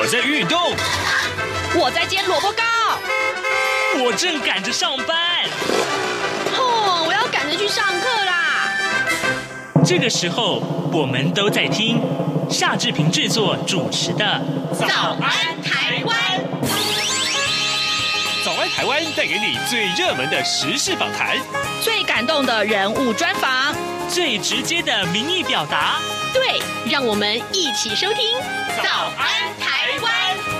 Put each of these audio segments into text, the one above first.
我在运动， 我在煎萝卜糕， 我正赶着上班。 我要赶着去上课啦。 这个时候，我们都在听夏志平制作主持的《 早安台湾》。 早安台湾带给你最热门的时事访谈， 最感动的人物专访， 最直接的民意表达。 对，让我们一起收听《早安台湾》。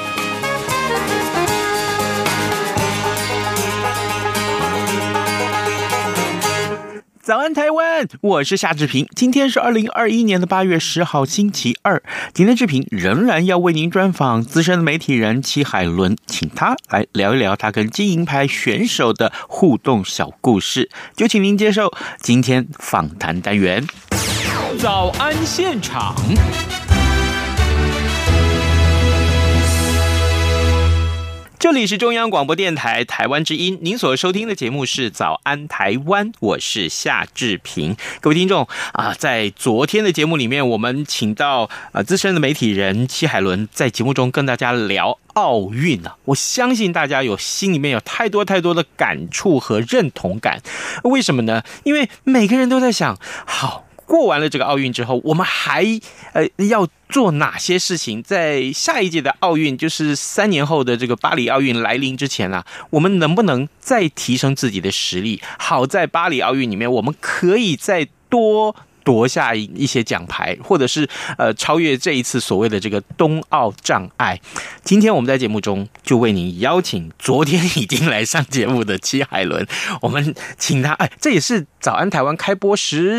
早安台湾，我是夏志平。今天是2021年8月10号星期二。今天志平仍然要为您专访资深的媒体人戚海伦，请他来聊一聊他跟金银牌选手的互动小故事。就请您接受今天访谈单元。早安现场。这里是中央广播电台台湾之音，您所收听的节目是早安台湾，我是夏志平。各位听众在昨天的节目里面，我们请到资深的媒体人戚海伦在节目中跟大家聊奥运我相信大家心里面有太多的感触和认同感。为什么呢？因为每个人都在想，好，过完了这个奥运之后，我们还要做哪些事情？在下一届的奥运，就是3年后的这个巴黎奥运来临之前我们能不能再提升自己的实力？好在巴黎奥运里面，我们可以再多夺下一些奖牌，或者是超越这一次所谓的这个冬奥障碍。今天我们在节目中就为您邀请昨天已经来上节目的戚海伦，我们请他，这也是早安台湾开播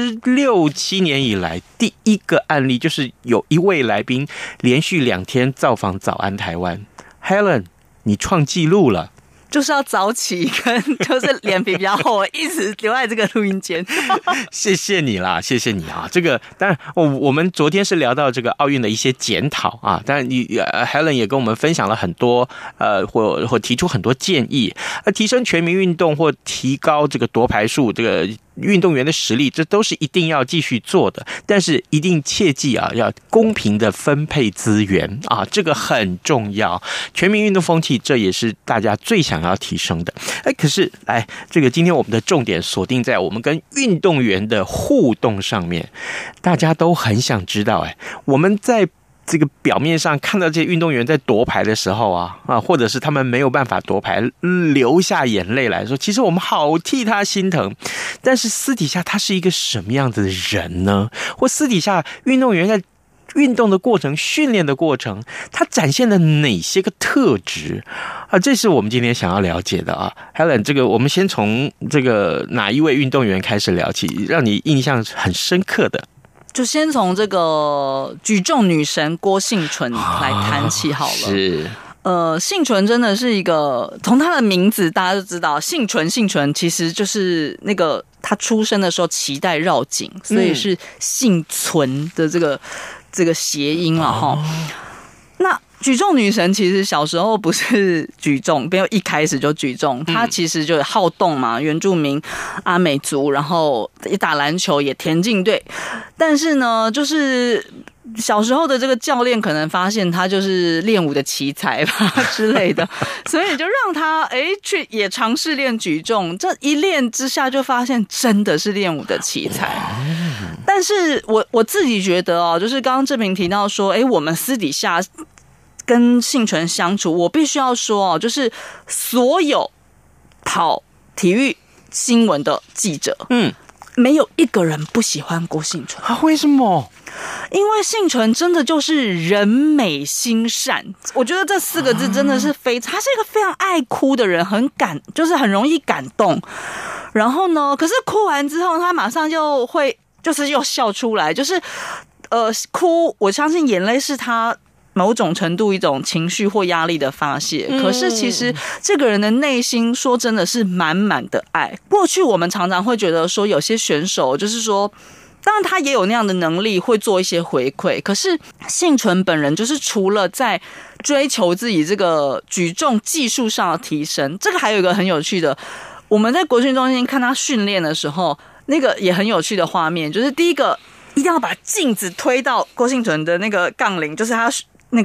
16、17年以来第一个案例，就是有一位来宾连续2天造访早安台湾。Helen， 你创纪录了。 就是要早起，跟就是脸皮比较厚，我一直留在这个录音间。 谢谢你啦，谢谢你这个当然，我们昨天是聊到这个奥运的一些检讨当然Helen 也跟我们分享了很多或提出很多建议，提升全民运动或提高这个夺牌数，这个运动员的实力，这都是一定要继续做的。但是一定切记要公平的分配资源这个很重要。全民运动风气，这也是大家最想要提升的。可是这个今天我们的重点锁定在我们跟运动员的互动上面，大家都很想知道我们在这个表面上看到这些运动员在夺牌的时候或者是他们没有办法夺牌，流下眼泪来说，其实我们好替他心疼。但是私底下他是一个什么样子的人呢？或私底下运动员在运动的过程、训练的过程，他展现了哪些个特质这是我们今天想要了解的Helen， 这个我们先从这个哪一位运动员开始聊起，让你印象很深刻的？ 就先从这个举重女神郭婞淳来谈起好了。 是， 婞淳真的是一个，从她的名字大家就知道，婞淳其实就是那个她出生的时候脐带绕颈，所以是幸存的这个谐音那举重女神其实小时候不是举重，没有一开始就举重，她其实就好动嘛，原住民阿美族，然后也打篮球，也田径队。但是呢，就是小时候的这个教练可能发现她就是练武的奇才吧之类的，所以就让她去也尝试练举重。这一练之下，就发现真的是练武的奇才。但是我自己觉得就是刚刚志平提到说，我们私底下跟婞淳相处，我必须要说就是所有跑体育新闻的记者，没有一个人不喜欢郭婞淳为什么？ 因为婞淳真的就是人美心善，我觉得这4个字真的是他是一个非常爱哭的人，就是很容易感动。然后呢，可是哭完之后，他马上就会就是又笑出来，就是哭，我相信眼泪是他某种程度一种情绪或压力的发泄，可是其实这个人的内心说真的是满满的爱。过去我们常常会觉得说有些选手就是说，当然他也有那样的能力会做一些回馈，可是婞淳本人就是除了在追求自己这个举重技术上的提升，这个还有一个很有趣的，我们在国训中心看他训练的时候，那个也很有趣的画面，就是第一个一定要把镜子推到郭婞淳的那个杠铃，就是他那个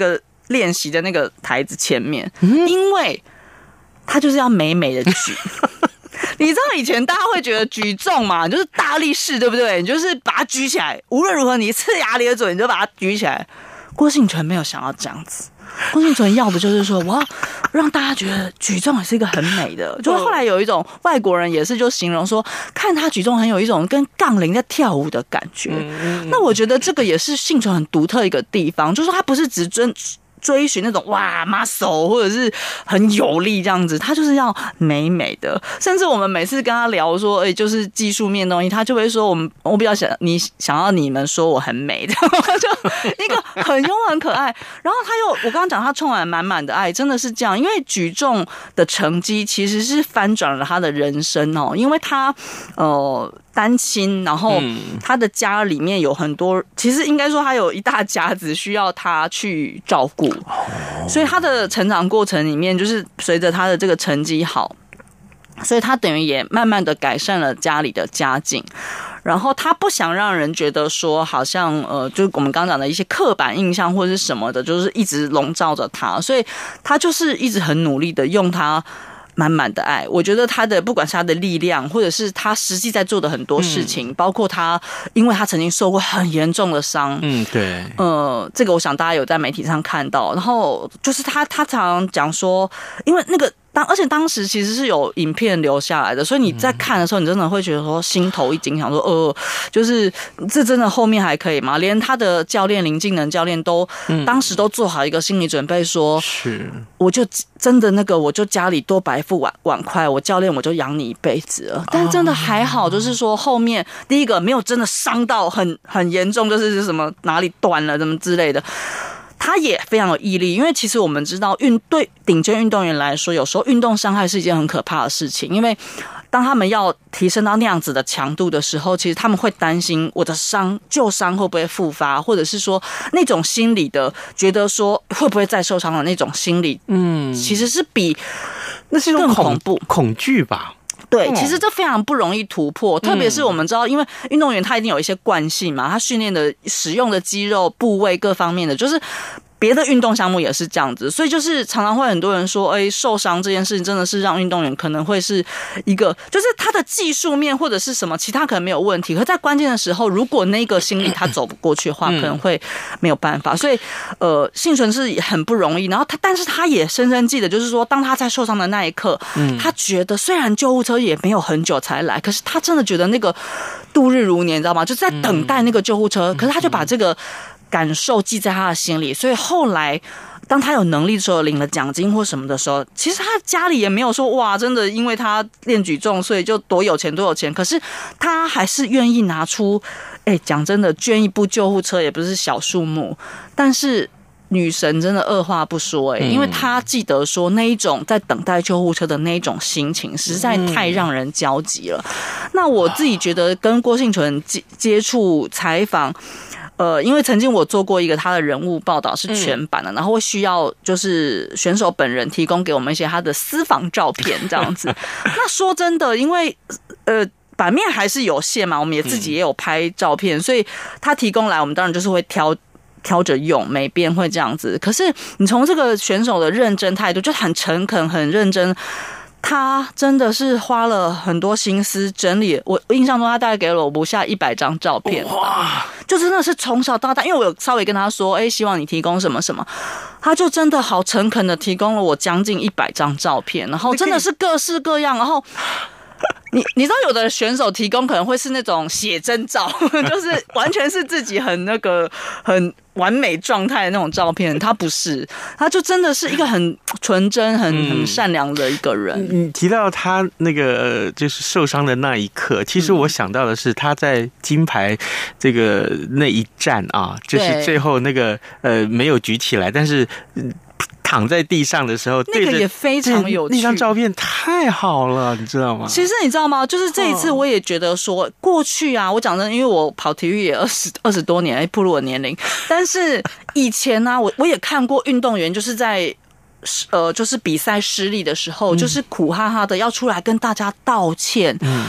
练习的那个台子前面，因为他就是要美美的举。你知道以前大家会觉得举重嘛，就是大力士，对不对？你就是把它举起来，无论如何你呲牙咧嘴，你就把它举起来。郭婞淳没有想要这样子，郭婞淳要的就是说，我要让大家觉得举重也是一个很美的。就是后来有一种外国人也是就形容说，看他举重很有一种跟杠铃在跳舞的感觉。那我觉得这个也是婞淳很独特一个地方，就是他不是只追寻那种哇 muscle 或者是很有力这样子，他就是要美美的。甚至我们每次跟他聊说，就是技术面的东西，他就会说我比较想要你们说我很美的，就一个很幽默很可爱。然后我刚刚讲他充满满满的爱，真的是这样。因为举重的成绩其实是翻转了他的人生哦，因为他单亲，然后他的家里面有很多，其实应该说他有一大家子需要他去照顾，所以他的成长过程里面，就是随着他的这个成绩好，所以他等于也慢慢的改善了家里的家境。然后他不想让人觉得说好像就是我们刚刚讲的一些刻板印象或者是什么的，就是一直笼罩着他，所以他就是一直很努力的用他满满的爱。我觉得他的不管是他的力量，或者是他实际在做的很多事情，包括他，因为他曾经受过很严重的伤， 对， 这个我想大家有在媒体上看到。然后就是他常常讲说，因为那个而且当时其实是有影片留下来的，所以你在看的时候，你真的会觉得说心头一惊，想说就是这真的后面还可以吗？连他的教练林敬能教练都当时都做好一个心理准备，说是我就真的我就家里多摆副碗筷，我教练我就养你一辈子了。但真的还好，就是说后面第一个没有真的伤到很严重，就是什么哪里断了什么之类的。他也非常有毅力，因为其实我们知道对顶尖运动员来说，有时候运动伤害是一件很可怕的事情，因为当他们要提升到那样子的强度的时候，其实他们会担心我的旧伤会不会复发，或者是说那种心理的觉得说会不会再受伤的那种心理，其实是比那是一种更恐怖恐惧吧。 对，其实这非常不容易突破，特别是我们知道，因为运动员他一定有一些惯性嘛，他训练的使用的肌肉部位各方面的，就是别的运动项目也是这样子，所以就是常常会很多人说，受伤这件事情真的是让运动员可能会是一个，就是他的技术面或者是什么其他可能没有问题，可在关键的时候，如果那个心理他走不过去的话，可能会没有办法。所以婞淳是很不容易，然后但是他也深深记得，就是说当他在受伤的那一刻，他觉得虽然救护车也没有很久才来，可是他真的觉得那个度日如年，你知道吗？就是在等待那个救护车，可是他就把这个感受记在他的心里，所以后来当他有能力的时候，领了奖金或什么的时候，其实他家里也没有说哇，真的因为他练举重，所以就多有钱。可是他还是愿意拿出，讲真的，捐一部救护车也不是小数目，但是女神真的二话不说，因为她记得说那一种在等待救护车的那一种心情，实在太让人焦急了。那我自己觉得跟郭婞淳接触采访。因为曾经我做过一个他的人物报道是全版的，然后会需要就是选手本人提供给我们一些他的私房照片这样子。那说真的，因为版面还是有限嘛，我们也自己也有拍照片，所以他提供来，我们当然就是会挑着用，每边会这样子。可是你从这个选手的认真态度，就很诚恳、很认真。他真的是花了很多心思整理，我印象中他大概给了我不下100张照片，哇，就真的是从小到大，因为我有稍微跟他说，希望你提供什么什么，他就真的好诚恳的提供了我将近100张照片，然后真的是各式各样，然后你知道有的选手提供可能会是那种写真照，就是完全是自己很很完美状态的那种照片，他不是，他就真的是一个很纯真、很善良的一个人。 你提到他那个就是受伤的那一刻，其实我想到的是他在金牌这个那一战啊，就是最后那个没有举起来，但是躺在地上的时候， 那个也非常有趣。 那张照片太好了，你知道吗？ 其实你知道吗？就是这一次，我也觉得说，过去啊，我讲真的，因为我跑体育也20多年，暴露我年龄。但是以前呢，我也看过运动员，就是在就是比赛失利的时候，就是苦哈哈的要出来跟大家道歉。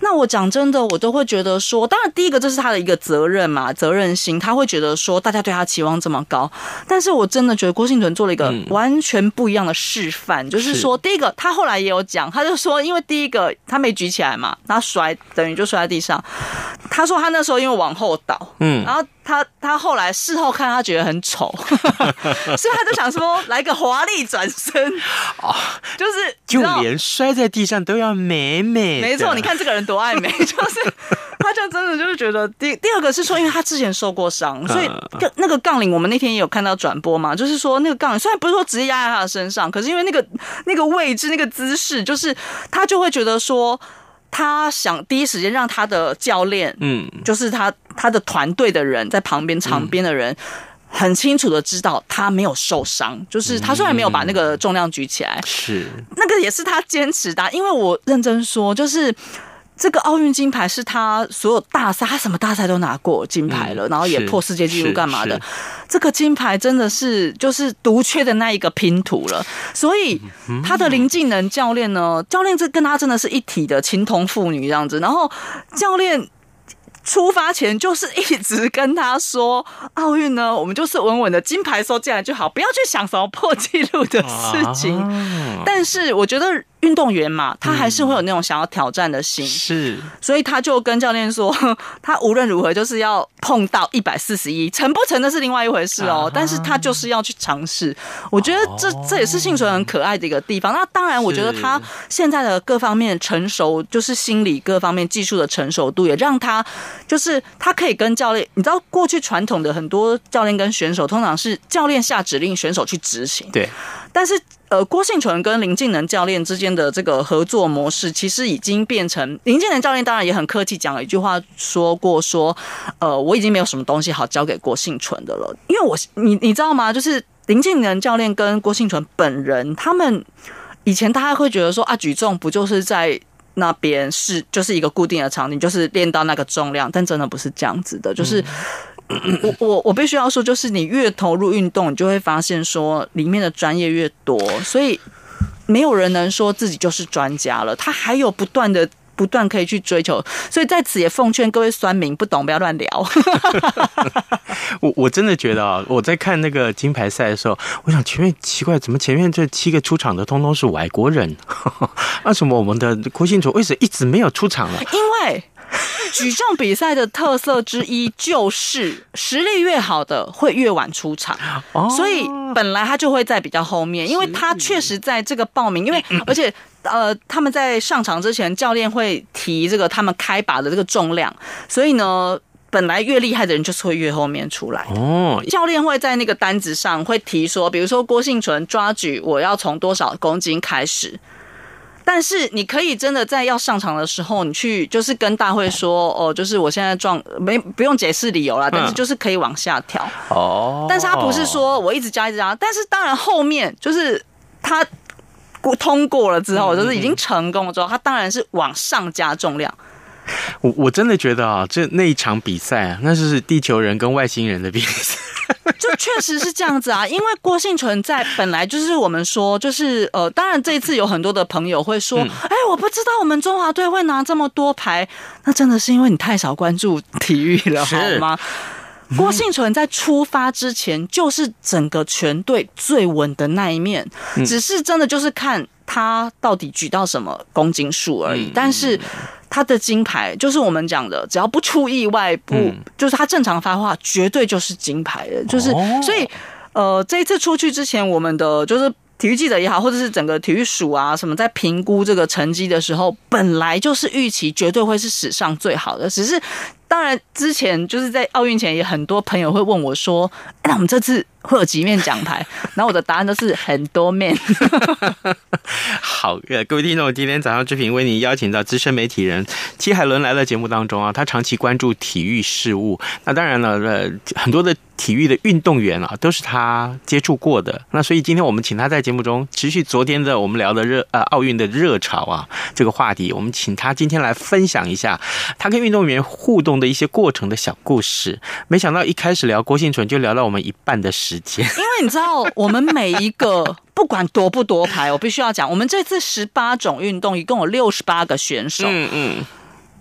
那我讲真的，我都会觉得说，当然第一个这是他的一个责任嘛，责任心，他会觉得说大家对他期望这么高，但是我真的觉得郭婞淳做了一个完全不一样的示范，就是说第一个他后来也有讲，他就说因为第一个他没举起来嘛，他摔等于就摔在地上，他说他那时候因为往后倒，然后他后来事后看他觉得很丑，所以他就想说来个华丽转身，就是就连摔在地上都要美美的。 没错，你看这个人多爱美，就是他就真的就是觉得第二个是说，因为他之前受过伤，所以那个杠铃我们那天也有看到转播嘛，就是说那个杠铃虽然不是说直接压在他的身上，可是因为那个位置那个姿势，就是他就会觉得说。他想第一时间让他的教练，就是他的团队的人在旁边场边的人，很清楚的知道他没有受伤，就是他虽然没有把那个重量举起来， 是那个也是他坚持的，因为我认真说，就是这个奥运金牌是他所有大赛，他什么大赛都拿过金牌了，然后也破世界纪录干嘛的。这个金牌真的是就是独缺的那一个拼图了，所以他的林静能教练呢，教练这跟他真的是一体的情同父女这样子，然后教练。出发前就是一直跟他说，奥运呢，我们就是稳稳的金牌收进来就好，不要去想什么破纪录的事情。但是我觉得运动员嘛，他还是会有那种想要挑战的心， 是，所以他就跟教练说，他无论如何就是要碰到141，成不成的是另外一回事哦。但是他就是要去尝试。我觉得这也是婞淳很可爱的一个地方。那当然，我觉得他现在的各方面成熟，就是心理各方面技术的成熟度，也让他。就是他可以跟教练，你知道过去传统的很多教练跟选手，通常是教练下指令，选手去执行。对，但是郭婞淳跟林静能教练之间的这个合作模式，其实已经变成林静能教练当然也很客气讲了一句话，说过说，我已经没有什么东西好交给郭婞淳的了，因为你知道吗？就是林静能教练跟郭婞淳本人，他们以前大家会觉得说啊，举重不就是在那边就是一个固定的场地，就是练到那个重量，但真的不是这样子的。就是我必须要说，就是你越投入运动，你就会发现说里面的专业越多，所以没有人能说自己就是专家了，他还有不断可以去追求，所以在此也奉劝各位酸民，不懂不要乱聊。 我真的觉得啊，我在看那个金牌赛的时候，我想前面奇怪，怎么前面这7个出场的通通是外国人？为什么我们的郭婞淳为什么一直没有出场了？ 因为举重比赛的特色之一就是实力越好的会越晚出场，所以本来他就会在比较后面，因为他确实在这个报名，因为而且他们在上场之前，教练会提这个他们开把的这个重量，所以呢。本来越厉害的人就是会越后面出来的。教练会在那个单子上会提说，比如说郭婞淳抓举，我要从多少公斤开始。但是你可以真的在要上场的时候，你去就是跟大会说，就是我现在不用解释理由啦，但是就是可以往下调。但是他不是说我一直加，但是当然后面就是他通过了之后，就是已经成功了之后，他当然是往上加重量。 我真的觉得啊，那一场比赛啊，那就是地球人跟外星人的比赛， 就确实是这样子啊。因为郭婞淳在本来就是我们说，就是当然这一次有很多的朋友会说，我不知道我们中华队会拿这么多牌，那真的是因为你太少关注体育了，好吗？郭婞淳在出发之前就是整个全队最稳的那一面，只是真的就是看他到底举到什么公斤数而已。但是他的金牌就是我们讲的，只要不出意外，就是他正常发挥，绝对就是金牌的。就是所以这一次出去之前，我们的就是体育记者也好，或者是整个体育署啊什么，在评估这个成绩的时候，本来就是预期绝对会是史上最好的，只是。当然，之前就是在奥运前，也很多朋友会问我说：“那我们这次会有几面奖牌？”然后我的答案都是很多面。 好，各位听众，今天早上之平为您邀请到资深媒体人戚海伦来到节目当中啊，他长期关注体育事务。那当然了，很多的体育的运动员啊，都是他接触过的。那所以今天我们请他在节目中持续昨天的我们聊的奥运的热潮啊这个话题，我们请他今天来分享一下他跟运动员互动的一些过程的小故事。没想到一开始聊郭婞淳就聊到我们一半的时间， 因为你知道我们每一个不管夺不夺牌，我必须要讲，我们这次18种运动一共有68个选手。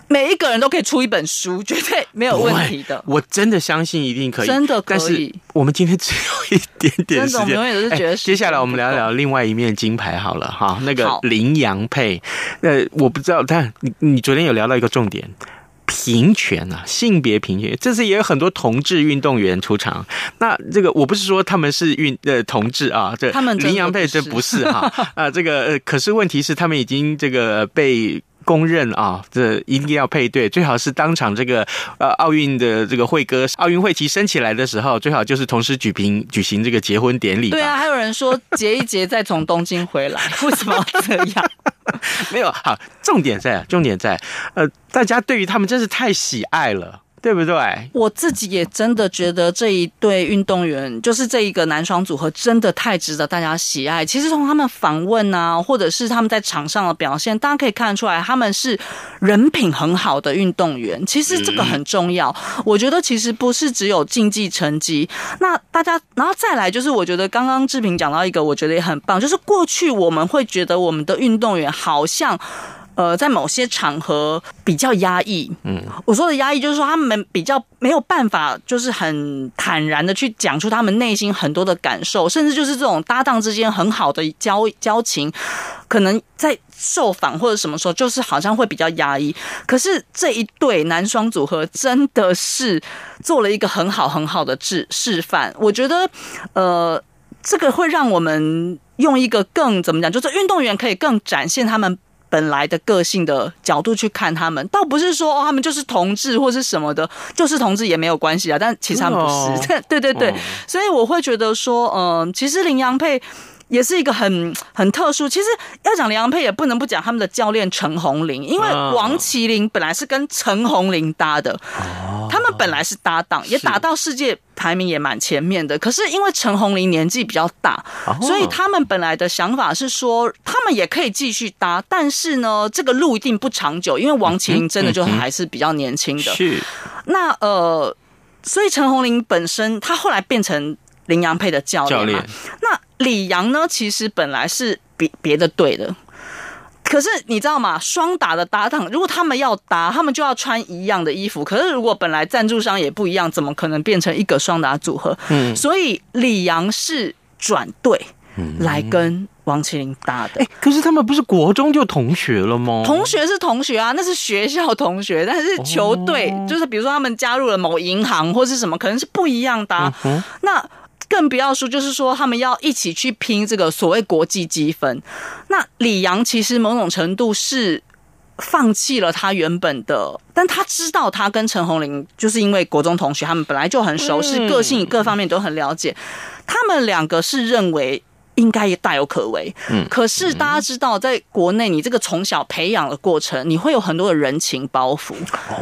每一个人都可以出一本书，绝对没有问题的。 我真的相信一定可以， 真的可以。 但是我们今天只有一点点时间， 真的，我们永远都是觉得接下来我们聊聊另外一面金牌好了哈，那个麟洋配。我不知道，但你昨天有聊到一个重点。平权啊，性别平权，这次也有很多同志运动员出场。那这个我不是说他们是同志啊，这他们麟洋配这不是哈这个可是问题是他们已经这个被公认啊，这一定要配对，最好是当场这个奥运的这个会歌，奥运会旗升起来的时候，最好就是同时举行这个结婚典礼。 对啊，还有人说结一结再从东京回来，为什么要这样？ 没有好，重点在大家对于他们真是太喜爱了。对不对？ 我自己也真的觉得这一对运动员，就是这一个男双组合，真的太值得大家喜爱。其实从他们访问啊，或者是他们在场上的表现，大家可以看得出来，他们是人品很好的运动员。其实这个很重要。我觉得其实不是只有竞技成绩。那大家，然后再来就是，我觉得刚刚志平讲到一个，我觉得也很棒，就是过去我们会觉得我们的运动员好像。在某些场合比较压抑，我说的压抑就是说他们比较没有办法，就是很坦然的去讲出他们内心很多的感受，甚至就是这种搭档之间很好的交情，可能在受访或者什么时候，就是好像会比较压抑。可是这一对男双组合真的是做了一个很好的示范，我觉得这个会让我们用一个更怎么讲，就是运动员可以更展现他们。本来的个性的角度去看他们，倒不是说他们就是同志或是什么的，就是同志也没有关系啊。但其实他们不是，对，所以我会觉得说，其实麟洋配也是一个很特殊。其实要讲麟洋配，也不能不讲他们的教练陈宏麟，因为王麒麟本来是跟陈宏麟搭的，他们本来是搭档，也打到世界排名也蛮前面的。可是因为陈宏麟年纪比较大，所以他们本来的想法是说，他们也可以继续搭，但是呢，这个路一定不长久，因为王麒麟真的就还是比较年轻的。 是那所以陈宏麟本身他后来变成麟洋配的教练嘛。那李洋呢，其实本来是别的队的。可是你知道吗？双打的搭档，如果他们要搭，他们就要穿一样的衣服。可是如果本来赞助商也不一样，怎么可能变成一个双打组合？所以李洋是转队来跟王麒麟搭的。 可是他们不是国中就同学了吗？ 同学是同学啊，那是学校同学，但是球队就是比如说他们加入了某银行或是什么，可能是不一样的啊。那更不要说，就是说他们要一起去拼这个所谓国际积分。那李洋其实某种程度是放弃了他原本的，但他知道他跟陈宏麟就是因为国中同学，他们本来就很熟识，个性各方面都很了解。他们两个是认为应该也大有可为。可是大家知道，在国内你这个从小培养的过程，你会有很多的人情包袱。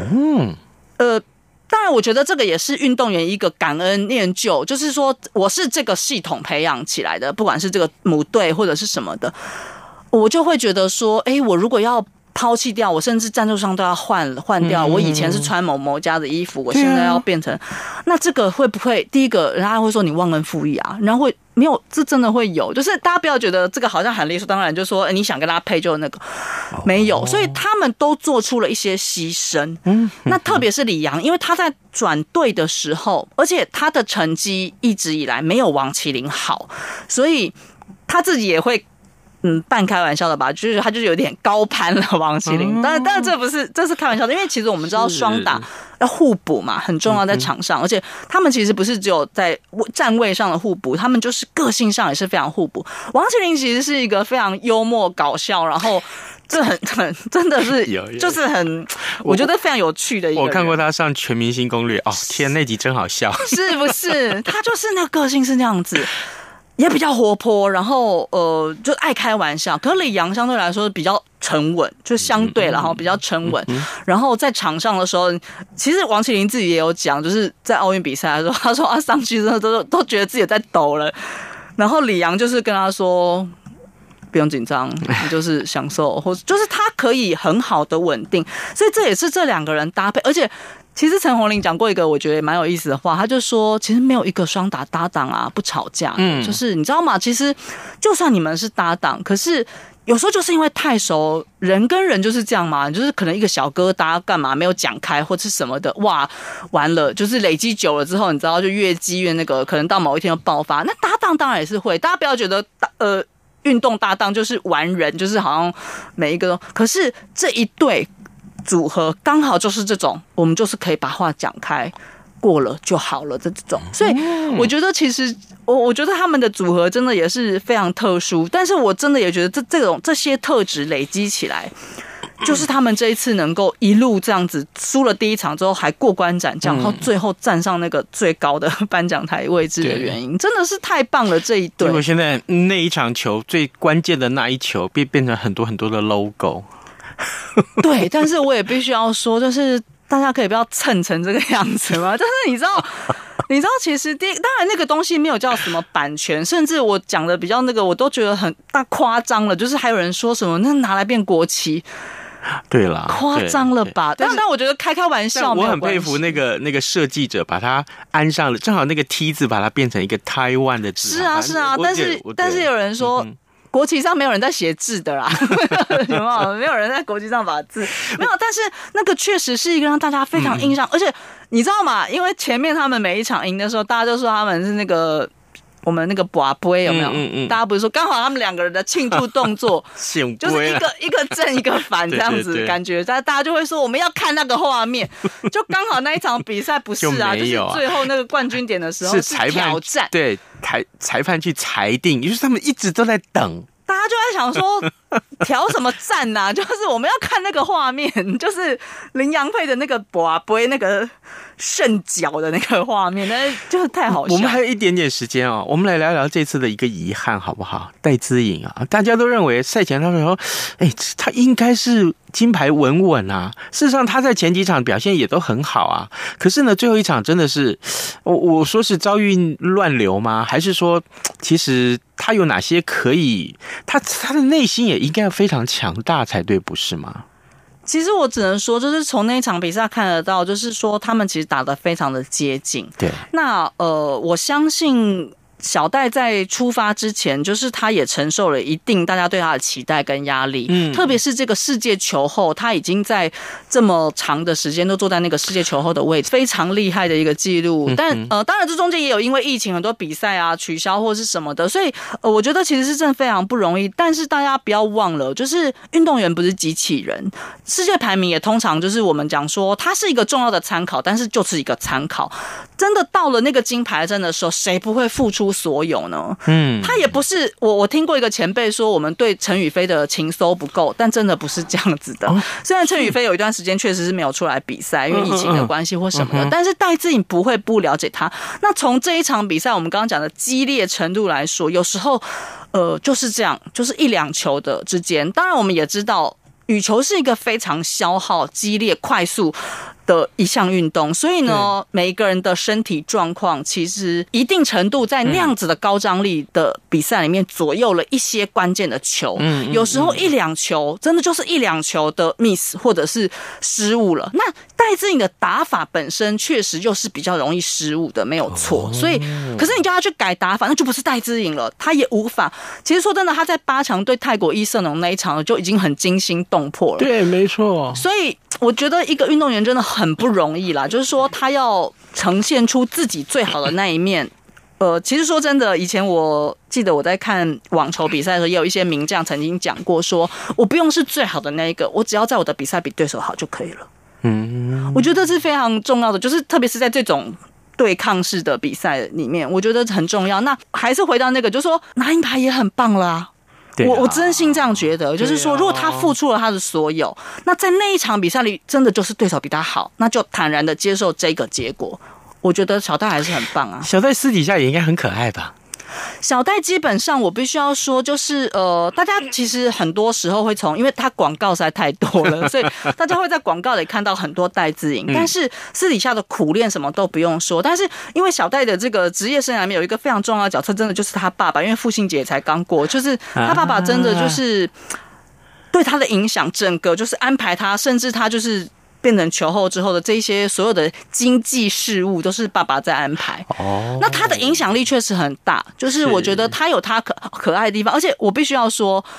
当然我觉得这个也是运动员一个感恩念旧，就是说我是这个系统培养起来的，不管是这个母队或者是什么的，我就会觉得说，我如果要抛弃掉，我甚至赞助商都要换掉。我以前是穿某家的衣服，我现在要变成，那这个会不会第一个人家会说你忘恩负义啊？然后会没有，这真的会有，就是大家不要觉得这个好像很理所当然，就说你想跟他配就那个没有，所以他们都做出了一些牺牲。那特别是李洋，因为他在转队的时候，而且他的成绩一直以来没有王麒麟好，所以他自己也会。半开玩笑的吧，就是他就是有点高攀了王麒麟，但是这是开玩笑的，因为其实我们知道双打要互补嘛，很重要在场上，而且他们其实不是只有在站位上的互补，他们就是个性上也是非常互补。王麒麟其实是一个非常幽默搞笑，然后这很真的是就是很我觉得非常有趣的一个人。 我看过他上《全明星攻略》，天，那集真好笑， 是不是？他就是那个个性是那样子。也比较活泼，然后就爱开玩笑。可是李洋相对来说比较沉稳，就相对然后比较沉稳。然后在场上的时候，其实王麒麟自己也有讲，就是在奥运比赛的时候，他说他上去之后都觉得自己在抖了。然后李洋就是跟他说，不用紧张，你就是享受，或者就是他可以很好的稳定。所以这也是这两个人搭配，而且。其实陈宏麟讲过一个我觉得蛮有意思的话，他就说其实没有一个双打搭档啊不吵架，就是你知道吗？其实就算你们是搭档，可是有时候就是因为太熟，人跟人就是这样嘛，就是可能一个小疙瘩干嘛没有讲开或是什么的，哇，完了，就是累积久了之后，你知道就越积越那个，可能到某一天就爆发。那搭档当然也是会，大家不要觉得运动搭档就是玩人，就是好像每一个都，可是这一对组合刚好就是这种，我们就是可以把话讲开。过了就好了的这种，所以我觉得其实我觉得他们的组合真的也是非常特殊，但是我真的也觉得这些特质累积起来，就是他们这一次能够一路这样子输了第一场之后还过关斩将，然后最后站上那个最高的颁奖台位置的原因，真的是太棒了这一对。 结果现在那一场球最关键的那一球变成很多很多的 logo。 对，但是我也必须要说，就是大家可以不要蹭成这个样子吗？但是你知道，其实当然那个东西没有叫什么版权，甚至我讲的比较那个，我都觉得很大夸张了。就是还有人说什么那拿来变国旗， 对啦， 夸张了吧？但我觉得开玩笑， 我很佩服那个设计者，把它安上了，正好那个梯子把它变成一个台湾的字。 是啊，但是有人说。国旗上没有人在写字的啦，有没有？没有人在国旗上把字没有，但是那个确实是一个让大家非常印象，而且你知道吗？因为前面他们每一场赢的时候，大家都说他们是那个我们那个拔杯有没有？大家不是说刚好他们两个人的庆祝动作就是一个正一个反这样子，对感觉大家就会说我们要看那个画面，就刚好那一场比赛不是啊，就是最后那个冠军点的时候是挑战， 对。裁判去裁定，就是他们一直都在等， 大家就在想说调什么战啊？就是我们要看那个画面，就是林洋配的那个拔杯那个圣脚的那个画面，但是就是太好笑。 我们还有一点点时间哦，我们来聊聊这次的一个遗憾好不好？戴资颖啊，大家都认为赛前他说，他应该是金牌稳稳啊。事实上他在前几场表现也都很好啊，可是呢，最后一场真的是，我说是遭遇乱流吗？还是说，其实他有哪些可以，他的内心也应该要非常强大才对，不是吗？ 其实我只能说，就是从那一场比赛看得到，就是说他们其实打得非常的接近。 对， 那我相信小戴在出发之前，就是他也承受了一定大家对他的期待跟压力，特别是这个世界球后，他已经在这么长的时间都坐在那个世界球后的位置，非常厉害的一个记录。但当然这中间也有因为疫情很多比赛啊取消或是什么的，所以我觉得其实是真的非常不容易。但是大家不要忘了，就是运动员不是机器人，世界排名也通常就是我们讲说它是一个重要的参考，但是就是一个参考。真的到了那个金牌战的时候，谁不会付出所有呢？他也不是我听过一个前辈说，我们对陈宇飞的情搜不够，但真的不是这样子的。虽然陈宇飞有一段时间确实是没有出来比赛，因为疫情的关系或什么的，但是戴资颖不会不了解他。那从这一场比赛，我们刚刚讲的激烈程度来说，有时候就是这样，就是一两球的之间。当然，我们也知道羽球是一个非常消耗、激烈、快速的一项运动，所以呢，每一个人的身体状况其实一定程度在那样子的高张力的比赛里面左右了一些关键的球。有时候一两球真的就是一两球的 miss 或者是失误了。那戴资颖的打法本身确实就是比较容易失误的，没有错。所以，可是你叫他去改打法，那就不是戴资颖了，他也无法。其实说真的，他在8强对泰国伊瑟农那一场就已经很惊心动魄了。 对，没错。 所以我觉得一个运动员真的很不容易啦，就是说他要呈现出自己最好的那一面。其实说真的，以前我记得我在看网球比赛的时候，也有一些名将曾经讲过说，我不用是最好的那一个，我只要在我的比赛比对手好就可以了。我觉得这是非常重要的，就是特别是在这种对抗式的比赛里面，我觉得很重要。那还是回到那个，就是说拿银牌也很棒了啊。我真心这样觉得，就是说，如果他付出了他的所有，那在那一场比赛里，真的就是对手比他好，那就坦然的接受这个结果。我觉得小戴还是很棒啊。 小戴私底下也应该很可爱吧？ 小戴基本上我必须要说，就是大家其实很多时候会因为他广告实在太多了，所以大家会在广告里看到很多戴资颖，但是私底下的苦练什么都不用说。但是因为小戴的这个职业生涯里面有一个非常重要的角色，真的就是他爸爸，因为父亲节才刚过，就是他爸爸真的就是对他的影响，整个就是安排他，甚至他就是变成球后之后的这一些所有的经济事务都是爸爸在安排。那他的影响力确实很大，就是我觉得他有他可爱的地方，而且我必须要说，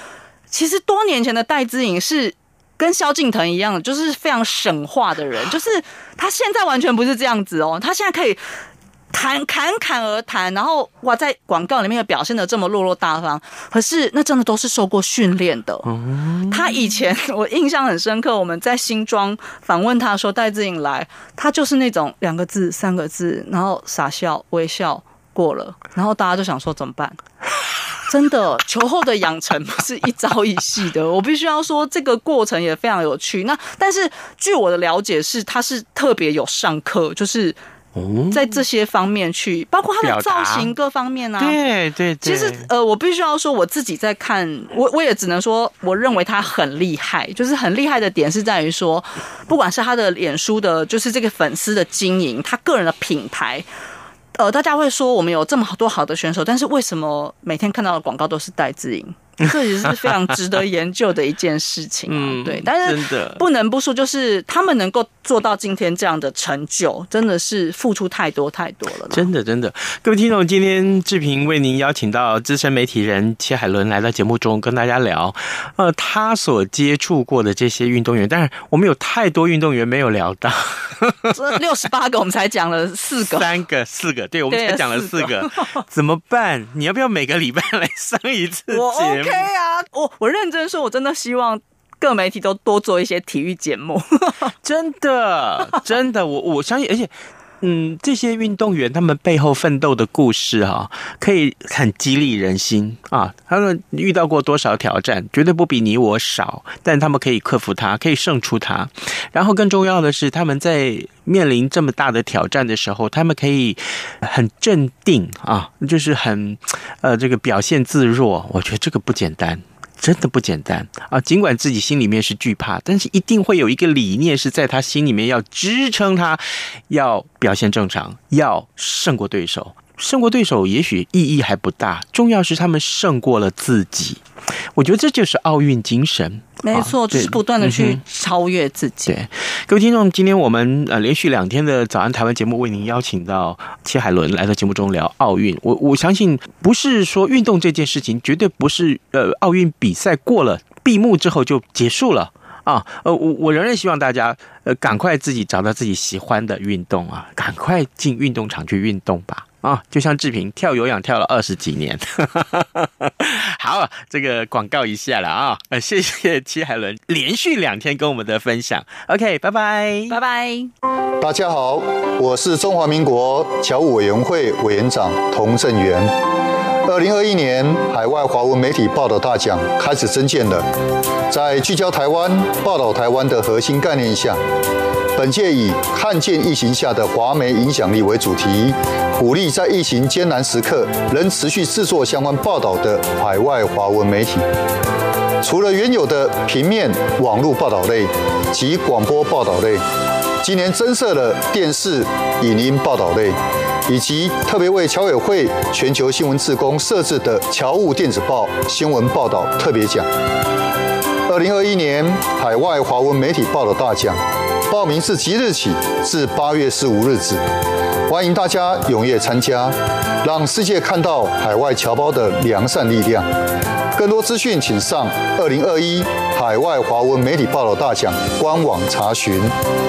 其实多年前的戴资颖是跟萧敬腾一样的，就是非常省话的人，就是他现在完全不是这样子哦，他现在可以侃而谈，然后哇，在广告里面表现的这么落落大方，可是那真的都是受过训练的。他以前我印象很深刻，我们在新庄访问他的时候，戴资颖来，他就是那种2个字、3个字，然后傻笑、微笑过了，然后大家就想说怎么办？真的，球后的养成不是一朝一夕的。我必须要说，这个过程也非常有趣。但是据我的了解是，他是特别有上课，就是在这些方面去，包括他的造型各方面啊。 对。 其实我必须要说，我自己在看，我也只能说，我认为他很厉害。就是很厉害的点是在于说，不管是他的脸书的，就是这个粉丝的经营，他个人的品牌。大家会说我们有这么多好的选手，但是为什么每天看到的广告都是戴资颖？这也是非常值得研究的一件事情啊。对，但是不能不说，就是他们能够做到今天这样的成就，真的是付出太多太多了。 真的，各位听众，今天志平为您邀请到资深媒体人戚海伦来到节目中，跟大家聊，他所接触过的这些运动员。当然，我们有太多运动员没有聊到， 这68个我们才讲了4个 ，4个，对，我们才讲了4个，怎么办？你要不要每个礼拜来上一次节目？ 我 OK 啊，我认真说，我真的希望各媒体都多做一些体育节目。 真的，我相信，而且。这些运动员他们背后奋斗的故事可以很激励人心啊！他们遇到过多少挑战，绝对不比你我少，但他们可以克服它，可以胜出它。然后更重要的是，他们在面临这么大的挑战的时候，他们可以很镇定啊，就是很这个表现自若。我觉得这个不简单。真的不简单啊！尽管自己心里面是惧怕，但是一定会有一个理念是在他心里面要支撑他，要表现正常，要胜过对手。胜过对手也许意义还不大，重要是他们胜过了自己。我觉得这就是奥运精神。 没错，就是不断的去超越自己。 对，各位听众，今天我们连续2天的早安台湾节目为您邀请到戚海伦来到节目中聊奥运。我相信不是说运动这件事情绝对不是奥运比赛过了闭幕之后就结束了。我仍然希望大家赶快自己找到自己喜欢的运动啊，赶快进运动场去运动吧。就像志平跳有氧跳了20几年。好，这个广告一下了啊！谢谢戚海伦连续2天跟我们的分享。OK， 拜拜， 拜拜。 大家好，我是中华民国侨务委员会委员长童振源。2021年海外华文媒体报道大奖开始征件了，在聚焦台湾、报道台湾的核心概念下，本届以看见疫情下的华媒影响力为主题，鼓励在疫情艰难时刻仍持续制作相关报道的海外华文媒体。除了原有的平面、网络报道类及广播报道类，今年增设了电视、影音报道类，以及特别为侨委会全球新闻志工设置的侨务电子报新闻报道特别奖。2021年海外华文媒体报道大奖报名自即日起至8月15日止，欢迎大家踊跃参加，让世界看到海外侨胞的良善力量。更多资讯请上2021海外华文媒体报道大奖官网查询。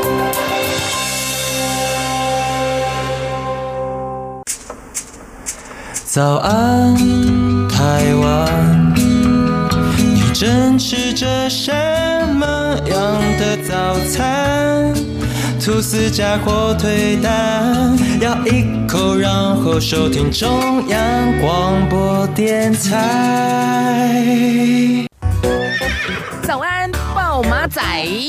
早安，台湾，你正吃着什么样的早餐？吐司加火腿蛋，咬一口，然后收听中央广播电台。 早安，暴马仔。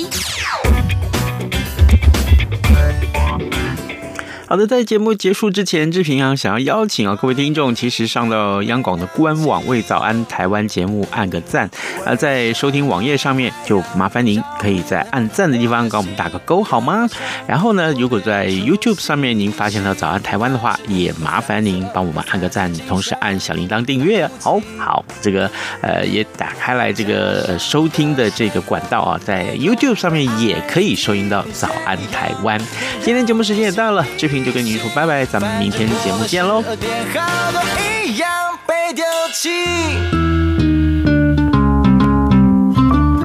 好的，在节目结束之前，志平想要邀请各位听众，其实上到央广的官网为早安台湾节目按个赞，在收听网页上面就麻烦您可以在按赞的地方给我们打个勾好吗？然后呢，如果在 YouTube 上面您发现到早安台湾的话，也麻烦您帮我们按个赞，同时按小铃铛订阅。好，这个也打开来这个收听的这个管道啊，在 YouTube 上面也可以收听到早安台湾。今天节目时间也到了，志平就跟您说拜拜，咱们明天节目见喽。 一样被丢弃。